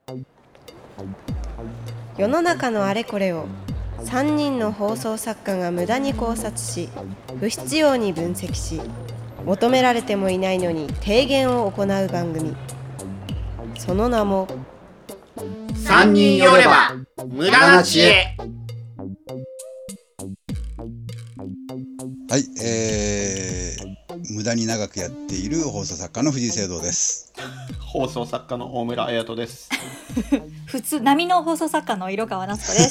世の中のあれこれを3人の放送作家が無駄に考察し、不必要に分析し、求められてもいないのに提言を行う番組。その名も 3人寄れば無駄な知恵。 はい、無駄に長くやっている放送作家の藤井聖堂です。 放送作家の大村彩人です。 普通並の放送作家の色川夏子です。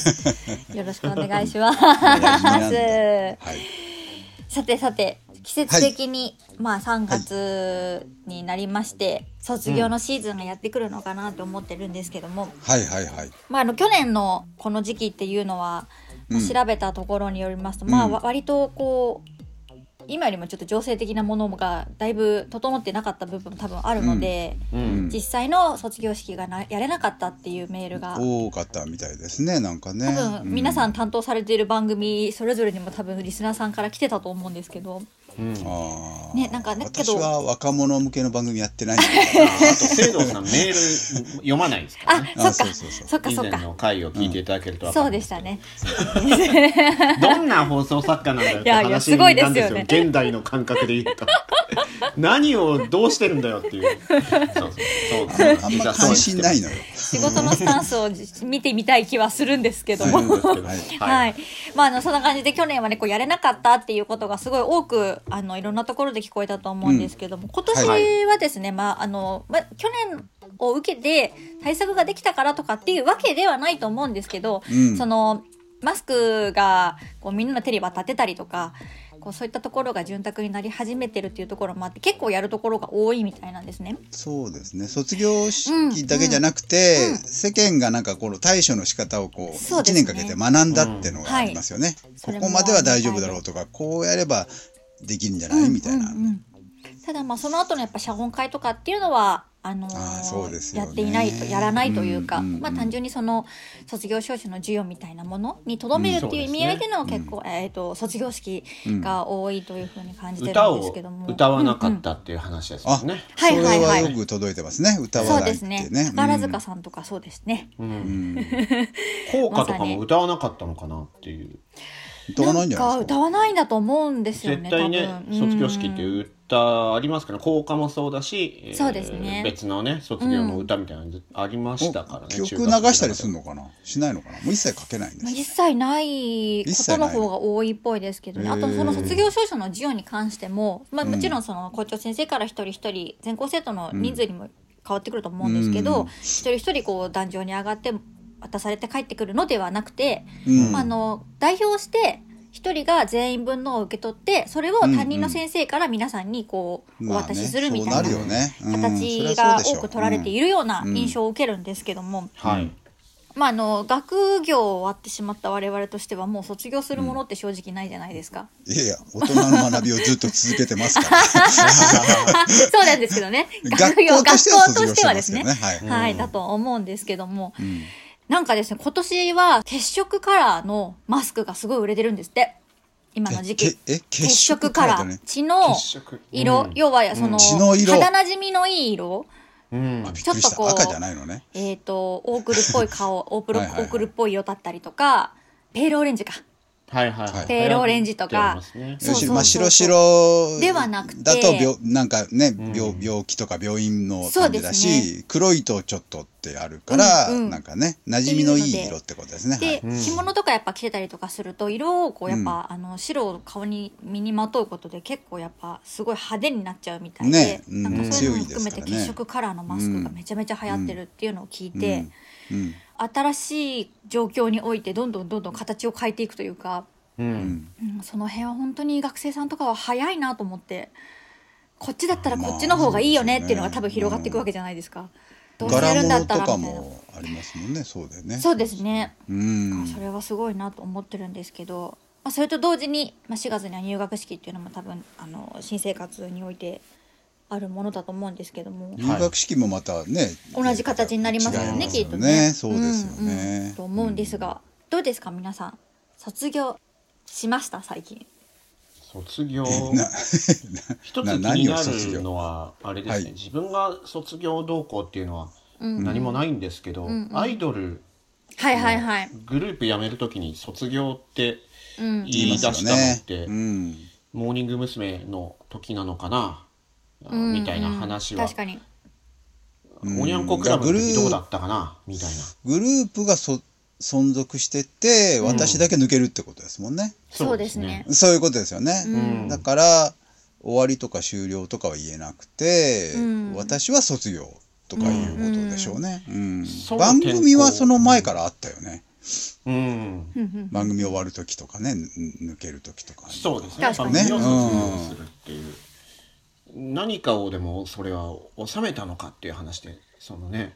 よろしくお願いします。 はい、 さて季節的に、3月になりまして、卒業のシーズンがやってくるのかなと思ってるんですけども、去年のこの時期っていうのは、調べたところによりますと、割とこう今よりもちょっと情勢的なものがだいぶ整ってなかった部分も多分あるので、実際の卒業式がやれなかったっていうメールが多かったみたいですね。なんかね、 多分皆さん担当されている番組それぞれにも多分リスナーさんから来てたと思うんですけど、 私は若者向けの番組やってないんであと聖堂さんメール読まないですからね。 そっか以前の回を聞いていただけると分かる、 そうでしたね。 どんな放送作家なんだよって話なんですよ。現代の感覚で言うと何をどうしてるんだよっていう。 あんま関心ないのよ。 仕事のスタンスを見てみたい気はするんですけども、そんな感じで去年はねこうやれなかったっていうことがすごい多くいろんなところで聞こえたと思うんですけども、今年はですね、去年を受けて対策ができたからとかっていうわけではないと思うんですけど、そのマスクがこうみんなの手に渡ってたりとか、こうそういったところが潤沢になり始めてるっていうところもあって、結構やるところが多いみたいなんですね。 そうですね。卒業式だけじゃなくて、世間がなんかこの対処の仕方をこう1年かけて学んだっていうのがありますよね。ここまでは大丈夫だろうとか、こうやればできるんじゃないみたいな。 ただその後のやっぱ謝恩会とかっていうのはやっていないとやらないというか、単純にその卒業証書の授与みたいなものにとどめるっていう意味合いでの結構、卒業式が多いというふうに感じてるんですけども、 歌わなかったっていう話ですよね。 それはよく届いてますね。歌わないってね。 そうですね。宝塚さんとかそうですね。 校歌とかも歌わなかったのかなっていう。 歌わないんじゃないですか。 歌わないんだと思うんですよね。 絶対ね、卒業式っていう歌ありますから、校歌もそうだし、 そうですね、 別のね卒業の歌みたいなのありましたからね。 曲流したりするのかな、しないのかな。もう一切書けないんですか。 一切ないことの方が多いっぽいですけどね。あとその卒業証書の授与に関しても、もちろんその校長先生から一人一人全校生徒の人数にも変わってくると思うんですけど、一人一人こう壇上に上がって渡されて帰ってくるのではなくて、代表して一人が全員分のを受け取って、それを担任の先生から皆さんにこうお渡しするみたいな形が多く取られているような印象を受けるんですけども、学業終わってしまった我々としてはもう卒業するものって正直ないじゃないですか。 いや大人の学びをずっと続けてますからそうなんですけどね。学校としてはですね、だと思うんですけども、なんかですね、今年は血色カラーのマスクがすごい売れてるんですって。今の時期。血色カラー、血の色、要はその肌なじみのいい色。 ちょっとこう赤じゃないのね。 オークルっぽい顔、オークルっぽい色だったりとか、ペールオレンジか。ペールオレンジとか、 白ではなくてだとなんかね、病気とか病院の感じだし、黒いとちょっとってあるから、なんかね馴染みのいい色ってことですね。 で、着物とかやっぱ着てたりとかすると、色をこうやっぱ白を顔に身にまとうことで結構やっぱすごい派手になっちゃうみたいで、なんかそういうのも含めて血色カラーのマスクがめちゃめちゃ流行ってるっていうのを聞いて、新しい状況においてどんどん形を変えていくというか、その辺は本当に学生さんとかは早いなと思って、こっちだったらこっちの方がいいよねっていうのが多分広がっていくわけじゃないですか。どうせるんだったらみたいな。 柄物とかもありますもんね。そうだよね。 そうですね。それはすごいなと思ってるんですけど、それと同時に、4月には入学式っていうのも多分新生活においてあるものだと思うんですけども、 入学式もまたね、 同じ形になりますよね、きっとね。そうですよね。 と思うんですが、どうですか皆さん、卒業しました最近。 卒業一つ気になるのはあれですね、自分が卒業動向っていうのは何もないんですけど、アイドルグループ辞めるときに卒業って言い出したのって、モーニング娘。の時なのかな、みたいな話は、 確かにおにゃんこクラブの時どうだったかなみたいな。 グループが存続してて、私だけ抜けるってことですもんね。 そうですね。 そういうことですよね。だから終わりとか終了とかは言えなくて、私は卒業とかいうことでしょうね。番組はその前からあったよね。番組終わる時とかね、抜ける時とか。 そうですね。番組を卒業するっていう。何かをでもそれは収めたのかっていう話で、そのね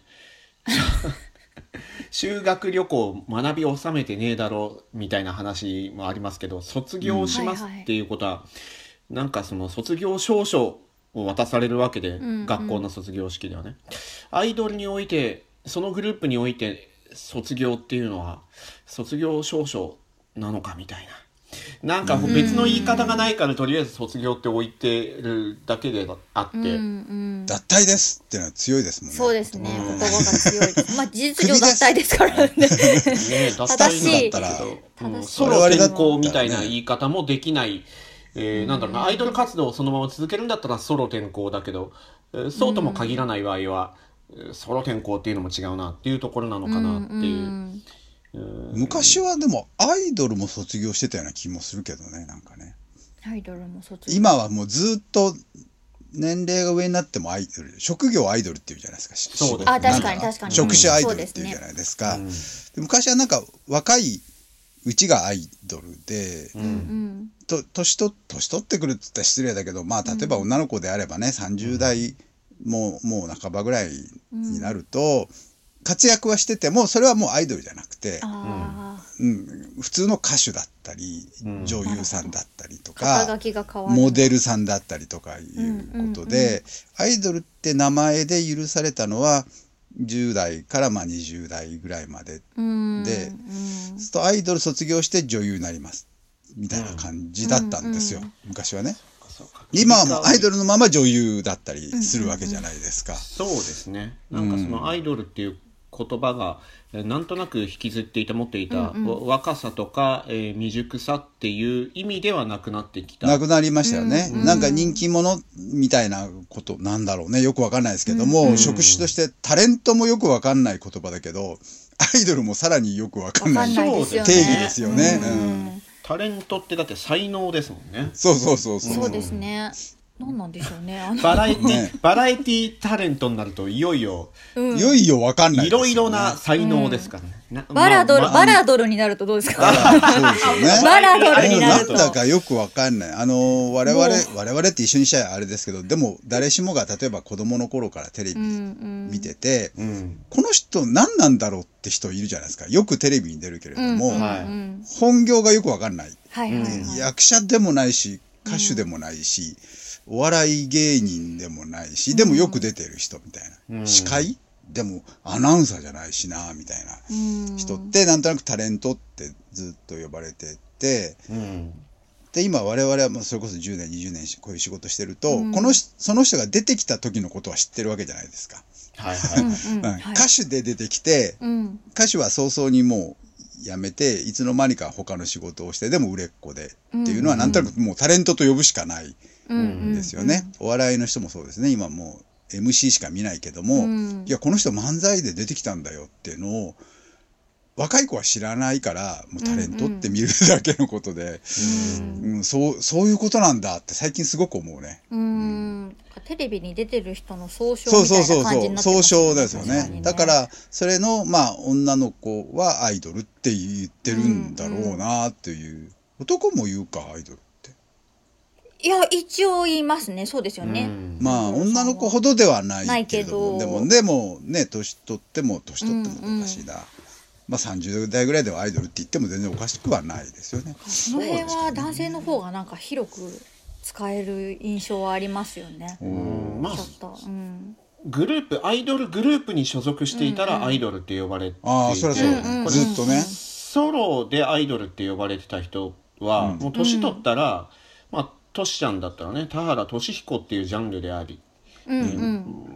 修学旅行学び収めてねえだろみたいな話もありますけど、卒業しますっていうことは、なんかその卒業証書を渡されるわけで、学校の卒業式ではね、アイドルにおいて、そのグループにおいて卒業っていうのは卒業証書なのかみたいな。なんか別の言い方がないからとりあえず卒業って置いてるだけであって、脱退ですっていうのは強いですもんね。 そうですね、言葉が強いです。まあ事実上脱退ですからね。 正しいだったらソロ転向みたいな言い方もできない。なんだろうな、アイドル活動をそのまま続けるんだったらソロ転向だけど、そうとも限らない場合はソロ転向っていうのも違うなっていうところなのかなっていう。 昔はでもアイドルも卒業してたような気もするけどね、なんかね。 アイドルも卒業。 今はもうずっと年齢が上になってもアイドル、職業アイドルっていうじゃないですか。 そうですね。 確かに確かに。 職種アイドルっていうじゃないですか。で昔はなんか若いうちがアイドルで、年取ってくるって言ったら失礼だけど、まあ例えば女の子であればね、30代もう半ばぐらいになると。活躍はしててもそれはもうアイドルじゃなくて、普通の歌手だったり、女優さんだったりとか、モデルさんだったりとかいうことで、アイドルって名前で許されたのは10代からまあ20代ぐらいまでで、そうするとアイドル卒業して女優になりますみたいな感じだったんですよ、昔はね。今はもうアイドルのまま女優だったりするわけじゃないですか。 そうですね。なんかそのアイドルっていう言葉がなんとなく引きずっていた持っていた若さとか未熟さっていう意味ではなくなってきた。 なくなりましたよね。なんか人気者みたいなことなんだろうね、よくわかんないですけども、職種としてタレントもよくわかんない言葉だけど、アイドルもさらによくわかんない定義ですよね。 タレントってだって才能ですもんね。 そうですね。何なんでしょうね。 バラエティタレントになるといよいよわかんない。 いろいろな才能ですからね。 バラドルになるとどうですか。 そうですよね。 バラドルになると。 なんだかよくわかんない。我々って一緒にしちゃあれですけど、でも誰しもが例えば子供の頃からテレビ見てて、この人何なんだろうって人いるじゃないですか。よくテレビに出るけれども、本業がよくわかんない。役者でもないし、歌手でもないし。お笑い芸人でもないし、でもよく出てる人みたいな、司会でもアナウンサーじゃないしなみたいな人ってなんとなくタレントってずっと呼ばれてて、で今我々はそれこそ10年20年こういう仕事してると、その人が出てきた時のことは知ってるわけじゃないですか。歌手で出てきて、歌手は早々にもう辞めていつの間にか他の仕事をして、でも売れっ子でっていうのはなんとなくもうタレントと呼ぶしかないですよね。お笑いの人もそうですね。今もう MC しか見ないけども、いやこの人漫才で出てきたんだよっていうのを若い子は知らないから、もうタレントって見るだけのことで、そういうことなんだって最近すごく思うね。 テレビに出てる人の総称みたいな感じになってますね。 総称ですよね。だからそれのまあ女の子はアイドルって言ってるんだろうなっていう。男も言うかアイドルって。 いや一応言いますね。そうですよね。 まあ女の子ほどではないけど、でもね、年取ってもおかしいな。まあ30代ぐらいではアイドルって言っても全然おかしくはないですよね。 その辺は男性の方がなんか広く使える印象はありますよね。 まあ、アイドルグループに所属していたらアイドルって呼ばれていて、 それはそうずっとね。 ソロでアイドルって呼ばれてた人は、もう年取ったら、まあトシちゃんだったらね、田原俊彦っていうジャンルであり、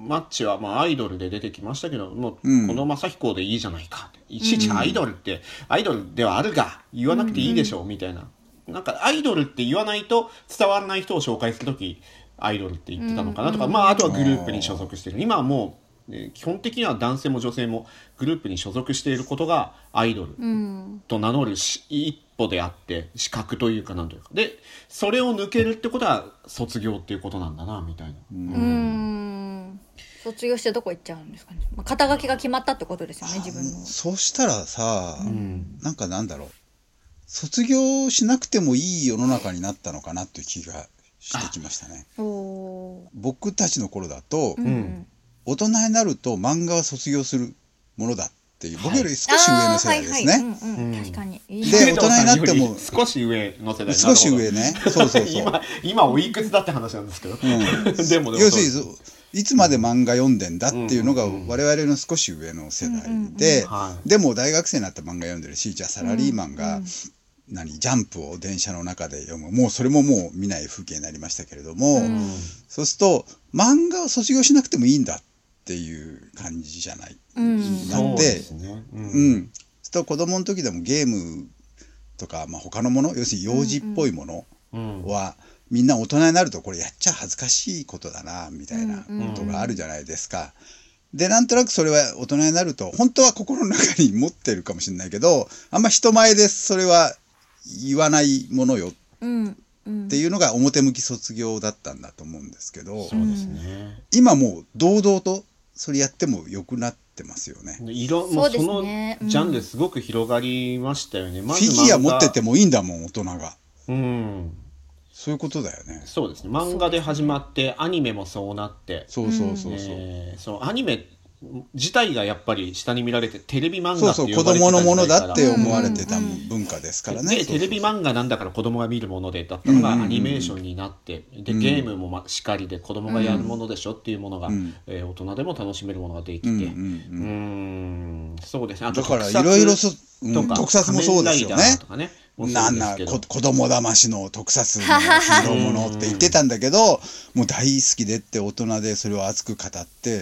マッチは、まあ、アイドルで出てきましたけどもう、この正彦でいいじゃないかいちいちアイドルって、アイドルではあるが言わなくていいでしょ、みたいな。なんかアイドルって言わないと伝わらない人を紹介するときアイドルって言ってたのかなとか、まあ、あとはグループに所属してる。今はもう、基本的には男性も女性もグループに所属していることがアイドルと名乗る一歩であって資格というかなんというかで、それを抜けるってことは卒業っていうことなんだなみたいな。 卒業してどこ行っちゃうんですかね。まあ、肩書きが決まったってことですよね、自分の。 そうしたらさ、なんかなんだろう、卒業しなくてもいい世の中になったのかなという気がしてきましたね。僕たちの頃だと、大人になると漫画は卒業するものだっていう、僕より少し上の世代ですね。 確かに。 で、大人になっても少し上の世代。 少し上ね。そう今おいくつだって話なんですけど。 でも要するにいつまで漫画読んでんだっていうのが我々の少し上の世代で、でも大学生になって漫画読んでるし、じゃあサラリーマンがジャンプを電車の中で読む、もうそれももう見ない風景になりましたけれども、そうすると漫画を卒業しなくてもいいんだっていう感じじゃない。なんで、そうすると子供の時でもゲームとか、まあ、他のもの、要するに幼児っぽいものは、みんな大人になるとこれやっちゃ恥ずかしいことだなみたいなことがあるじゃないですか。でなんとなくそれは大人になると本当は心の中に持ってるかもしれないけど、あんま人前でそれは言わないものよっていうのが表向き卒業だったんだと思うんですけど、今もう堂々とそれやってもよくなってますよね。 もうそのジャンルすごく広がりましたよね。 フィギュア持っててもいいんだもん、大人が。そういうことだよね。 そうですね。漫画で始まってアニメもそうなって、 そうアニメ自体がやっぱり下に見られてテレビ漫画って呼ばれてた時代から、子供のものだって思われてた文化ですからね。 でテレビ漫画なんだから子供が見るものでだったのがアニメーションになって、でゲームもしかりで子供がやるものでしょっていうものが、大人でも楽しめるものができて、そうですね。あとだからいろいろ特撮もそうですよね。なんな子供騙しの特撮のヒーローものって言ってたんだけど、もう大好きでって大人でそれを熱く語って、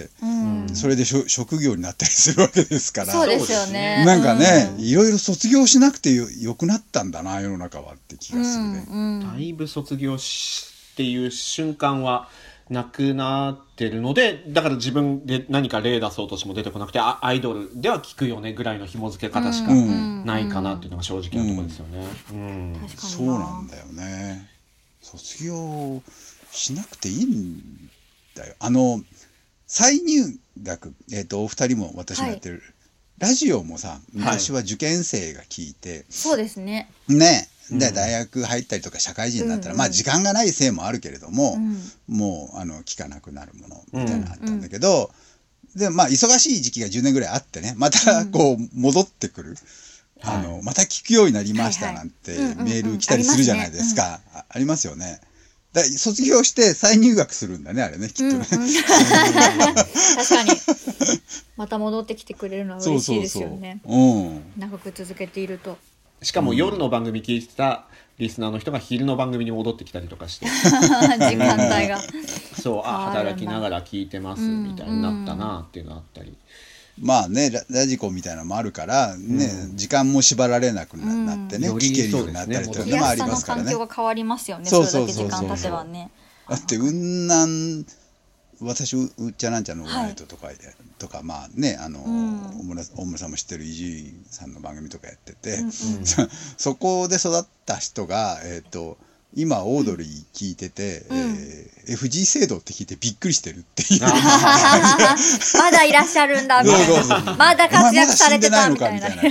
それで職業になったりするわけですから。 そうですよね。 なんかね、いろいろ卒業しなくてよくなったんだな世の中はって気がするね。 だいぶ卒業っていう瞬間はなくなってるので、だから自分で何か例出そうとしても出てこなくて、アイドルでは聞くよねぐらいの紐付け方しかないかなっていうのが正直なところですよね。 そうなんだよね。卒業しなくていいんだよ。再入学、お二人も私もやってる、ラジオもさ、昔は受験生が聞いて、 そうですね。 ね。で大学入ったりとか社会人になったら、まあ時間がないせいもあるけれども、もう聞かなくなるものみたいなのあったんだけど、でまあ忙しい時期が10年ぐらいあってね、またこう戻ってくる、また聞くようになりましたなんてメール来たりするじゃないですか。ありますよね。卒業して再入学するんだね、あれね、きっとね。 確かに。また戻ってきてくれるのは嬉しいですよね。長く続けていると。 しかも夜の番組聞いてたリスナーの人が昼の番組に戻ってきたりとかして時間帯がそう働きながら聞いてますみたいになったなっていうのがあったり、 まあねラジコみたいなのもあるからね、時間も縛られなくなってね、聞けるようになったりというのもありますからね。 環境が変わりますよね。それだけ時間経てばね。 だって私うっちゃなんちゃのオールナイトとかとか、まあね大村さんも知ってる伊集院さんの番組とかやってて、そこで育った人が今オードリー聞いてて、FG 制度って聞いてびっくりしてるっていうまだいらっしゃるんだみたいな、まだ活躍されてたみたいな感じ。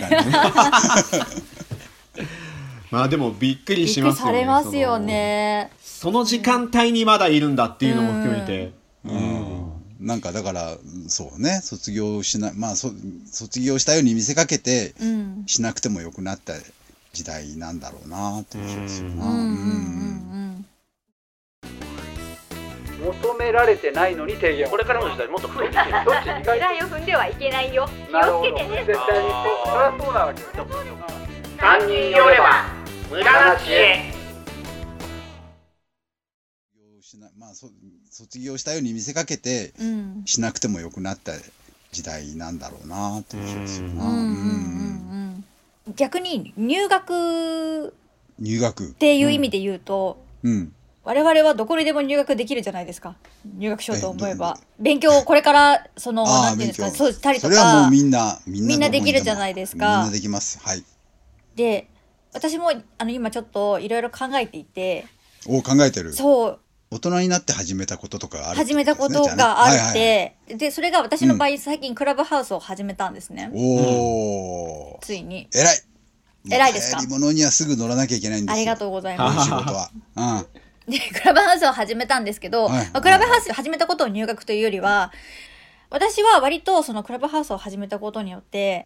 まあでもびっくりしますよね。 びっくりされますよね。 その時間帯にまだいるんだっていうのも含めて、 なんかだからそうね、卒業しない、まあ卒業したように見せかけてしなくてもよくなった時代なんだろうなっていう気がするな。 求められてないのに提言。 これからの時代もっと増えてくる。 どっち地雷を踏んではいけないよ。気をつけてね。 絶対にそりゃそうなわけよ。 3人寄れば無駄な知恵。 まあ卒業したように見せかけて、しなくてもよくなった時代なんだろうなっていう気がするな。 逆に入学っていう意味で言うと、我々はどこにでも入学できるじゃないですか。入学しようと思えば。勉強をこれからなんていうんですか、そうしたりとか。 それはもうみんなできるじゃないですか。 みんなできます。はい。 で、私も今ちょっといろいろ考えていて。 考えてる。そう。大人になって始めたこととかある、 始めたことがあって、で、それが私の場合、最近クラブハウスを始めたんですね。ついに。偉いですか？ 流行り物にはすぐ乗らなきゃいけないんですよ。 ありがとうございます。 仕事は。 で、クラブハウスを始めたんですけど、クラブハウスを始めたことを入学というよりは、私は割とそのクラブハウスを始めたことによって、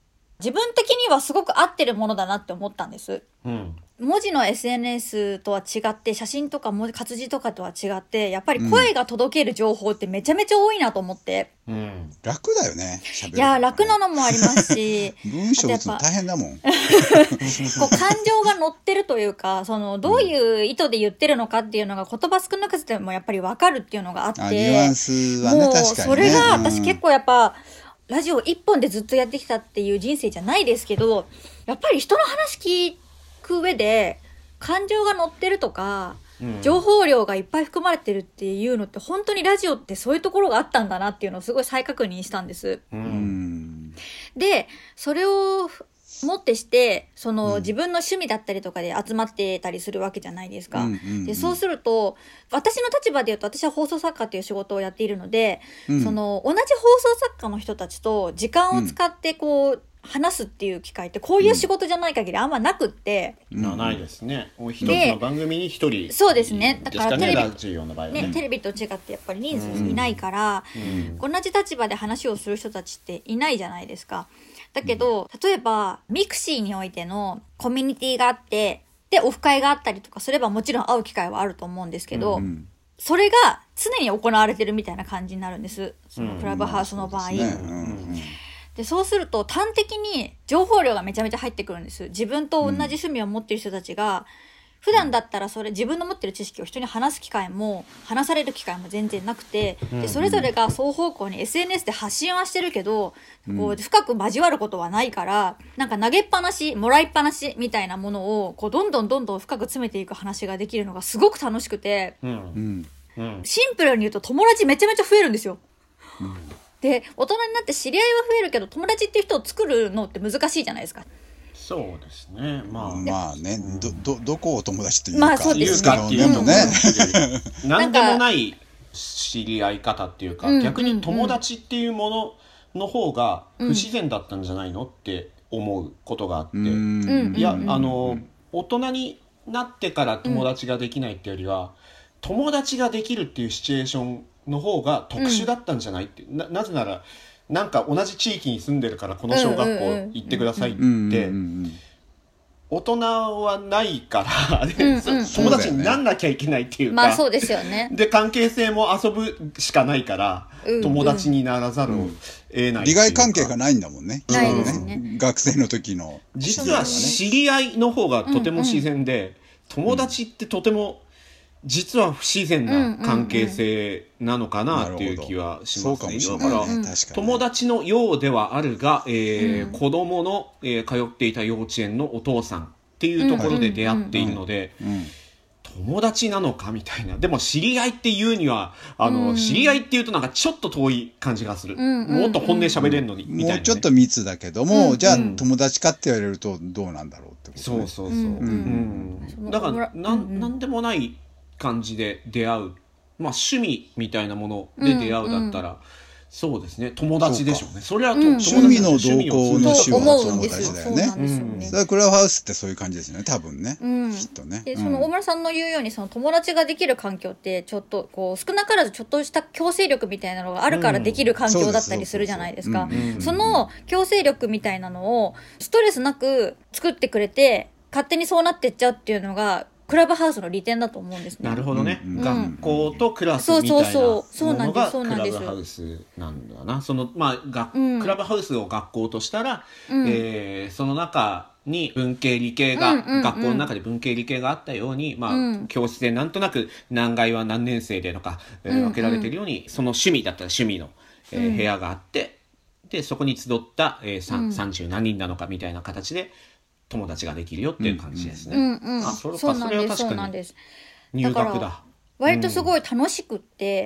自分的にはすごく合ってるものだなって思ったんです。文字の SNS とは違って、写真とか活字とかとは違って、やっぱり声が届ける情報ってめちゃめちゃ多いなと思って。 楽だよね、喋る。 いや、楽なのもありますし。 文章打つの大変だもん。 感情が乗ってるというか、どういう意図で言ってるのかっていうのが言葉少なくてもやっぱりわかるっていうのがあって。 ニュアンスはね、確かにね。 それが私結構やっぱ、ラジオ一本でずっとやってきたっていう人生じゃないですけど、やっぱり人の話聞く上で感情が乗ってるとか、情報量がいっぱい含まれてるっていうのって本当にラジオってそういうところがあったんだなっていうのをすごい再確認したんです。で、それをもってして自分の趣味だったりとかで集まってたりするわけじゃないですか。で、そうすると私の立場で言うと、私は放送作家っていう仕事をやっているので、同じ放送作家の人たちと時間を使って話すっていう機会ってこういう仕事じゃない限りあんまなくって、 ないですね。一つの番組に一人、 そうですね。だからテレビ、 ラジオの場合はね、 テレビと違ってやっぱり人数いないから、同じ立場で話をする人たちっていないじゃないですか。だけど、例えばミクシーにおいてのコミュニティがあって、でオフ会があったりとかすればもちろん会う機会はあると思うんですけど、それが常に行われてるみたいな感じになるんです。そのクラブハウスの場合。で、そうすると端的に情報量がめちゃめちゃ入ってくるんです。自分と同じ趣味を持っている人たちが、普段だったら自分の持ってる知識を人に話す機会も、話される機会も全然なくて、で、それぞれが双方向に SNS で発信はしてるけど、深く交わることはないから、なんか投げっぱなし、もらいっぱなしみたいなものを、どんどん深く詰めていく話ができるのがすごく楽しくて、シンプルに言うと友達めちゃめちゃ増えるんですよ。で、大人になって知り合いは増えるけど、友達っていう人を作るのって難しいじゃないですか。 そうですね。まあね、どこを友達というか、 そうですね。っていうとね、なんでもない知り合い方っていうか、逆に友達っていうものの方が不自然だったんじゃないのって思うことがあって、いや、大人になってから友達ができないっていうよりは、友達ができるっていうシチュエーションの方が特殊だったんじゃないって、なぜならなんか同じ地域に住んでるからこの小学校行ってくださいって大人はないから友達になんなきゃいけないっていうか、 まあそうですよね。 で、関係性も遊ぶしかないから友達にならざるを得ない。 利害関係がないんだもんね。 ないですね。 学生の時の実は知り合いの方がとても自然で、友達ってとても実は不自然な関係性なのかなっていう気はしますね。だから友達のようではあるが、子供の、通っていた幼稚園のお父さんっていうところで出会っているので、友達なのかみたいな。でも知り合いっていうには知り合いっていうとなんかちょっと遠い感じがする。もっと本音喋れるのにみたいな、ね。もうちょっと密だけども、じゃあ友達かって言われるとどうなんだろうってことね。 そう。だからなんでもない感じで出会う、まあ趣味みたいなもので出会うだったら、そうですね、友達でしょうね。それは趣味の動向の主は友達だよね。 それはクラブハウスってそういう感じですよね、多分ね、きっとね。 で、大村さんの言うように友達ができる環境ってちょっと少なからずちょっとした強制力みたいなのがあるからできる環境だったりするじゃないですか。その強制力みたいなのをストレスなく作ってくれて、勝手にそうなってっちゃうっていうのがクラブハウスの利点だと思うんですね。 なるほどね。学校とクラスみたいなものがクラブハウスなんだな。クラブハウスを学校としたら、その中に文系理系が、学校の中で文系理系があったように、教室でなんとなく何階は何年生でとか、分けられてるように、その趣味だったら趣味の、部屋があって、でそこに集った、30何人なのかみたいな形で友達ができるよっていう感じですね。それは確かに入学だ。 割とすごい楽しくって、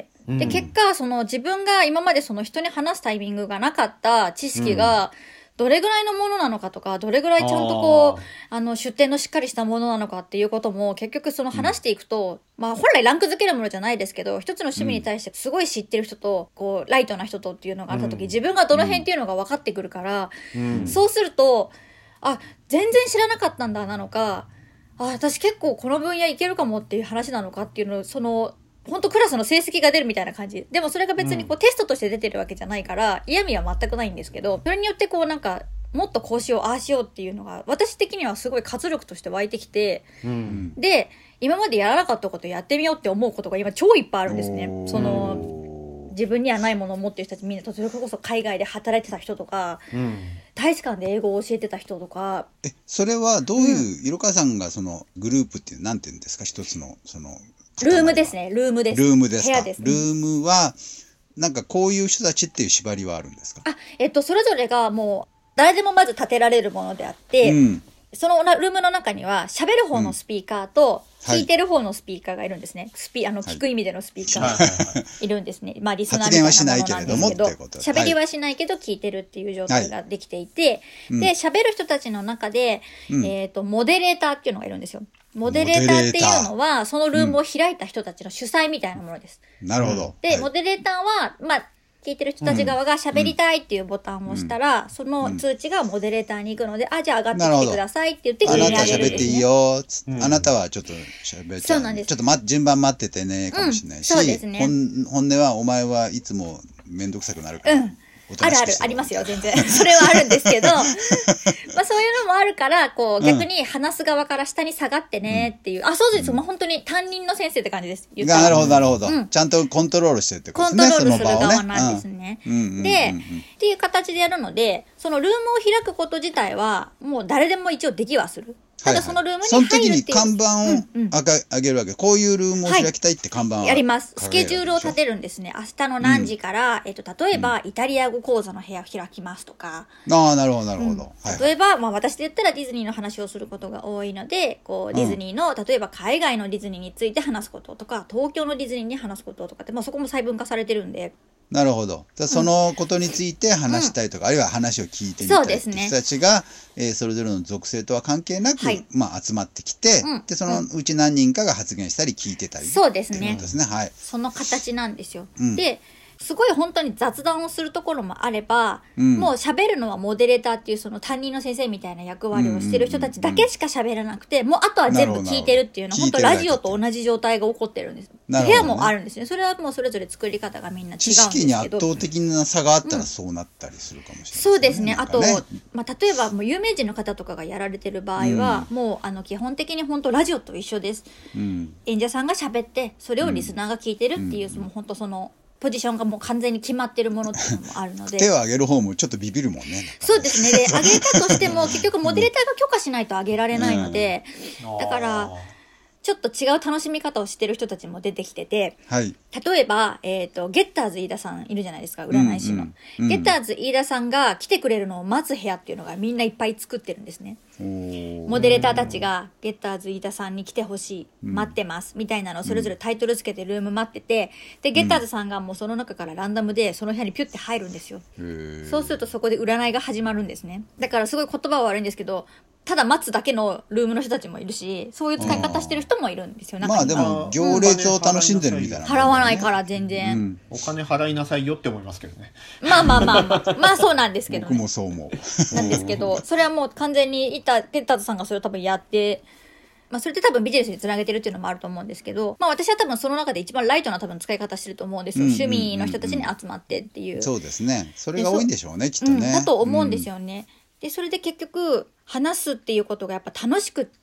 で結果その自分が今までその人に話すタイミングがなかった知識がどれぐらいのものなのかとか、どれぐらいちゃんとこう出典のしっかりしたものなのかっていうことも結局その話していくと、本来ランク付けるものじゃないですけど、一つの趣味に対してすごい知ってる人とこうライトな人とっていうのがあった時、自分がどの辺っていうのが分かってくるから、そうすると全然知らなかったんだなのか、私結構この分野いけるかもっていう話なのかっていうのを、その本当クラスの成績が出るみたいな感じでもそれが別にこうテストとして出てるわけじゃないから嫌味は全くないんですけど、それによってこうなんかもっとこうしようああしようっていうのが私的にはすごい活力として湧いてきて、で今までやらなかったことやってみようって思うことが今超いっぱいあるんですね。その自分にはないものを持ってる人たちみんな、それこそ海外で働いてた人とか、大使館で英語を教えてた人とか。 それはどういう、色川さんがそのグループってなんて言うんですか、一つのそのルームですね。ルームです。 ルームですか。 部屋ですね。 ルームはなんかこういう人たちっていう縛りはあるんですか。 それぞれがもう誰でもまず立てられるものであって、そのルームの中には喋る方のスピーカーと聞いてる方のスピーカーがいるんですね。聞く意味でのスピーカーがいるんですね。リスナーみたいなものなんですけど、喋りはしないけど聞いてるっていう状態ができていて、で喋る人たちの中で、モデレーターっていうのがいるんですよ。モデレーターっていうのはそのルームを開いた人たちの主催みたいなものです。 なるほど。 で、モデレーターは聞いてる人たち側が喋りたいっていうボタンを押したら、その通知がモデレーターに行くので、じゃあ上がってきてくださいって言ってあなた喋っていいよ、あなたはちょっと喋っちゃう。 そうなんです。 ちょっと順番待っててねかもしれないし、 そうですね。 本音はお前はいつもめんどくさくなるから。 ありますよ、全然。それはあるんですけど、そういうのもあるから、こう、逆に話す側から下に下がってねっていう。そうです。本当に担任の先生って感じです。 なるほど、なるほど。ちゃんとコントロールしてるってことですね。 コントロールする側なんですね。で、っていう形でやるので、そのルームを開くこと自体は、もう誰でも一応できはする。ただそのルームに入るっていう。 その時に看板をあげるわけ。こういうルームを開きたいって看板をやります。スケジュールを立てるんですね。明日の何時から、例えばイタリア語講座の部屋を開きますとか。 なるほど、なるほど。 例えば、私で言ったらディズニーの話をすることが多いので、こう、ディズニーの、例えば海外のディズニーについて話すこととか、東京のディズニーに話すこととかって、そこも細分化されてるんで。 なるほど。そのことについて話したいとか、あるいは話を聞いてみたいって人たちが、それぞれの属性とは関係なく、集まってきて、でそのうち何人かが発言したり聞いてたり。 そうですね。 はい。 その形なんですよ。ですごい本当に雑談をするところもあれば、もう喋るのはモデレーターっていうその担任の先生みたいな役割をしてる人たちだけしか喋らなくて、もうあとは全部聞いてるっていうのは本当ラジオと同じ状態が起こってるんです。部屋もあるんですね。それはもうそれぞれ作り方がみんな違うんですけど。 知識に圧倒的な差があったらそうなったりするかもしれないですね。 そうですね。あと、例えばもう有名人の方とかがやられてる場合は、もう基本的に本当ラジオと一緒です。演者さんが喋ってそれをリスナーが聞いてるっていう、もう本当そのポジションがもう完全に決まってるものっていうのもあるので手を挙げる方もちょっとビビるもんね。 そうですね。で挙げたとしても結局モデレーターが許可しないと挙げられないので、だからちょっと違う楽しみ方をしてる人たちも出てきてて、例えば、ゲッターズ飯田さんいるじゃないですか、占い師の。ゲッターズ飯田さんが来てくれるのを待つ部屋っていうのがみんないっぱい作ってるんですね。モデレーターたちがゲッターズ飯田さんに来てほしい、待ってますみたいなのをそれぞれタイトルつけてルーム待ってて、でゲッターズさんがもうその中からランダムでその部屋にピュッて入るんですよ。そうするとそこで占いが始まるんですね。だからすごい言葉は悪いんですけど、ただ待つだけのルームの人たちもいるし、そういう使い方してる人もいるんですよ。 でも行列を楽しんでるみたいな、 払わないから全然、 お金払いなさいよって思いますけどね。 そうなんですけど、 僕もそう思う。 なんですけど、それはもう完全にゲッターズさんがそれを多分やって、それで多分ビジネスにつなげてるっていうのもあると思うんですけど、私は多分その中で一番ライトな多分使い方してると思うんですよ。趣味の人たちに集まってっていう。 そうですね。それが多いんでしょうね、きっとね。 だと思うんですよね。でそれで結局話すっていうことがやっぱ楽しくって、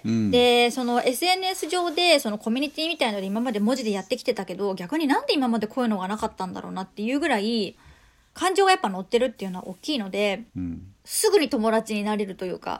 でその SNS 上でそのコミュニティみたいなので今まで文字でやってきてたけど、逆になんで今までこういうのがなかったんだろうなっていうぐらい感情がやっぱ乗ってるっていうのは大きいので、すぐに友達になれるというか、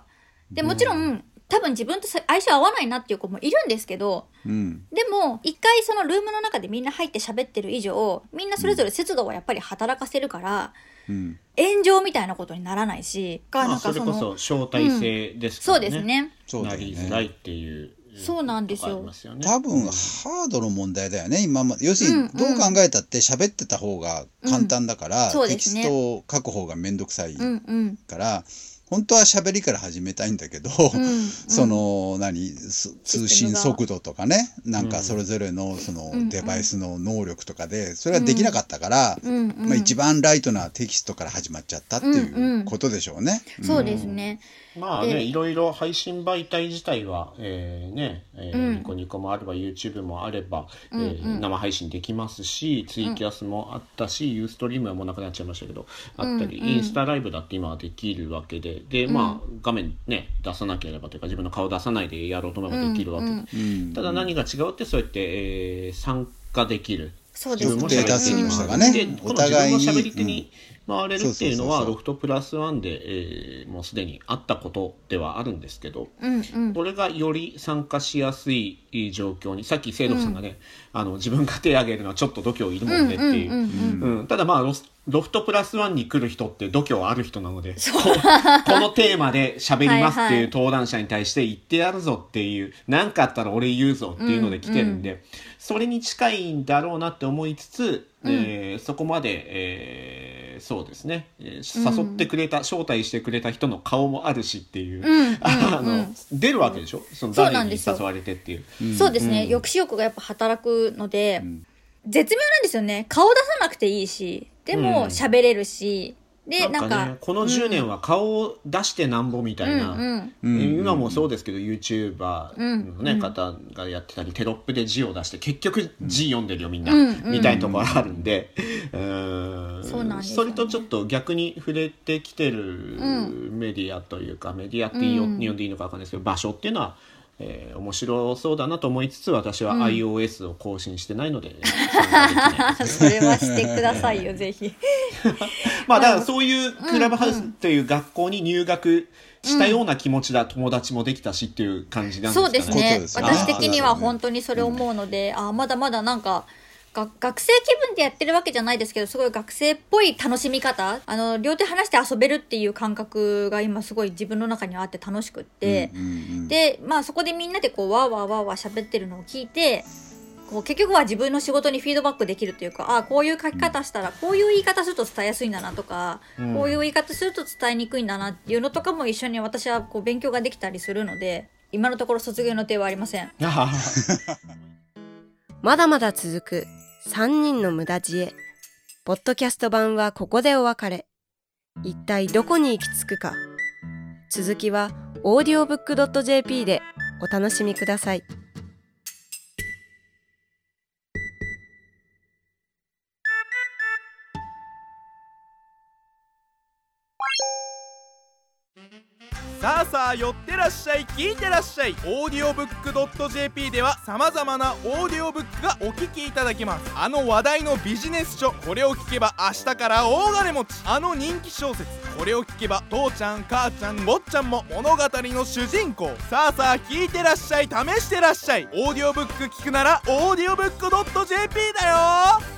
でもちろん多分自分と相性合わないなっていう子もいるんですけど、でも一回そのルームの中でみんな入って喋ってる以上、みんなそれぞれ節度はやっぱり働かせるから、炎上みたいなことにならないし、 なんかそれこそ招待制ですからね、 そうですね、 なりづらいっていう。 そうなんですよ。 多分ハードの問題だよね。今要するにどう考えたって喋ってた方が簡単だから、テキストを書く方がめんどくさいから、本当は喋りから始めたいんだけど、その通信速度とかね、なんかそれぞれのそのデバイスの能力とかでそれはできなかったから、一番ライトなテキストから始まっちゃったっていうことでしょうね。 そうですね。 まあね、いろいろ配信媒体自体は、ニコニコもあれば YouTube もあれば、生配信できますし、ツイキャスもあったし、ユーストリームはもうなくなっちゃいましたけどあったり、インスタライブだって今はできるわけで、まあ画面ね出さなければというか自分の顔出さないでやろうと思えばできるわけで、ただ何が違うってそうやって、参加できる。 そうですね。 データ数の差がね、 お互いに喋り手に回れるっていうのはロフトプラスワンで、もうすでにあったことではあるんですけど、これがより参加しやすい状況に、さっき清藤さんがね、自分が手を挙げるのはちょっと度胸いるもんねっていう、ただまあロフトプラスワンに来る人って度胸ある人なので、このテーマで喋りますっていう登壇者に対して言ってやるぞっていう、何かあったら俺言うぞっていうので来てるんで、それに近いんだろうなって思いつつ、そこまで、そうですね、誘ってくれた、招待してくれた人の顔もあるしっていう、出るわけでしょ、その誰に誘われてっていう。 そうですね、抑止力がやっぱ働くので、絶妙なんですよね。顔出さなくていいし、でも喋れるし、でなんかね、この10年は顔を出してなんぼみたいな、今もそうですけど YouTuber の、ね方がやってたり、テロップで字を出して結局字読んでるよみんな、みたいなところあるんで、 そうなんですよね。 それとちょっと逆に触れてきてるメディアというか、メディアって呼んでいいのか分かんないですけど、場所っていうのは面白そうだなと思いつつ、私は iOS を更新してないので、 それはしてくださいよぜひ。 まあだからそういうクラブハウスという学校に入学したような気持ちだ、友達もできたしっていう感じなんですかね。 そうですね。私的には本当にそれ思うので、まだまだなんか学生気分でやってるわけじゃないですけど、すごい学生っぽい楽しみ方、両手離して遊べるっていう感覚が今すごい自分の中にあって楽しくって、でまあそこでみんなでこうワーワーワーワー喋ってるのを聞いて、こう結局は自分の仕事にフィードバックできるというか、こういう書き方したらこういう言い方すると伝えやすいんだなとか、こういう言い方すると伝えにくいんだなっていうのとかも一緒に私はこう勉強ができたりするので、今のところ卒業の予定はありません。 まだまだ続く3人の無駄知恵。ポッドキャスト版はここでお別れ。一体どこに行き着くか。続きは audiobook.jp でお楽しみください。 さあさあ寄ってらっしゃい、聞いてらっしゃい。audiobook.jp では様々なオーディオブックがお聞きいただけます。話題のビジネス書、これを聞けば明日から大金持ち。人気小説、これを聞けば父ちゃん母ちゃん坊ちゃんも物語の主人公。さあさあ聞いてらっしゃい、試してらっしゃい。オーディオブック聞くなら audiobook.jp だよ。